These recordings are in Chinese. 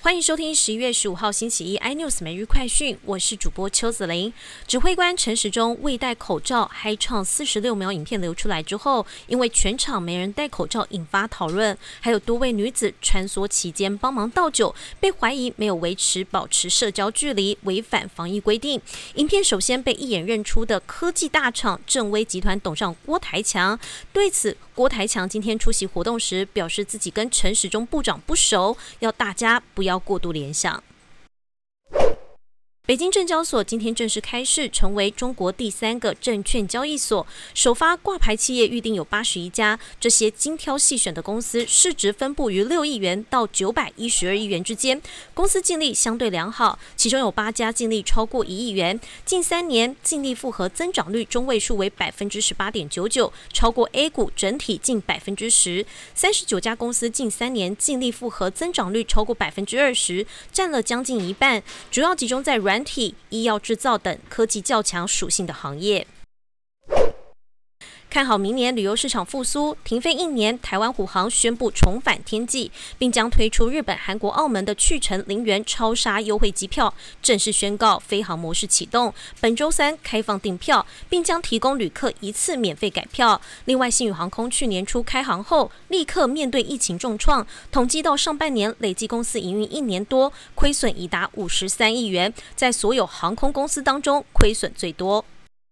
欢迎收听11月15号星期一 iNews 每日快讯，我是主播邱子玲。指挥官陈时中未戴口罩嗨唱46秒影片流出来之后，因为全场没人戴口罩引发讨论，还有多位女子穿梭期间帮忙倒酒，被怀疑没有保持社交距离，违反防疫规定。影片首先被一眼认出的科技大厂正威集团董事长郭台强，对此郭台强今天出席活动时表示自己跟陈时中部长不熟，要大家不要过度联想。北京证交所今天正式开市，成为中国第3个证券交易所。首发挂牌企业预定有81家，这些精挑细选的公司市值分布于6亿元到912亿元之间，公司净利相对良好，其中有8家净利超过1亿元。近3年净利复合增长率中位数为 18.99%， 超过 A 股整体近 10%。39家公司近3年净利复合增长率超过 20%， 占了将近一半，主要集中在软体、医药制造等科技较强属性的行业。看好明年旅游市场复苏，停飞1年，台湾虎航宣布重返天际，并将推出日本、韩国、澳门的去程0元超杀优惠机票，正式宣告飞航模式启动。本周3开放订票，并将提供旅客一次免费改票。另外，信宇航空去年初开航后，立刻面对疫情重创，统计到上半年累计公司营运1年多，亏损已达53亿元，在所有航空公司当中亏损最多。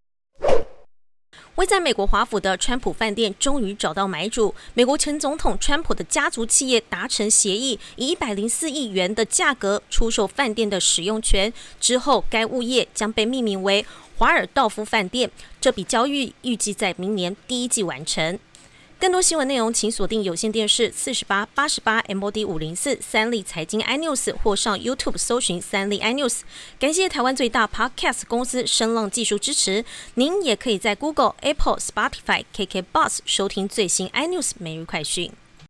位在美国华府的川普饭店终于找到买主，美国前总统川普的家族企业达成协议，以104亿元的价格出售饭店的使用权。之后，该物业将被命名为华尔道夫饭店。这笔交易预计在明年第1季完成。更多新闻内容，请锁定有线电视48、88 MOD 504三立财经 iNews， 或上 YouTube 搜寻三立 iNews。感谢台湾最大 Podcast 公司声浪技术支持。您也可以在 Google、Apple、Spotify、KKBox 收听最新 iNews 每日快讯。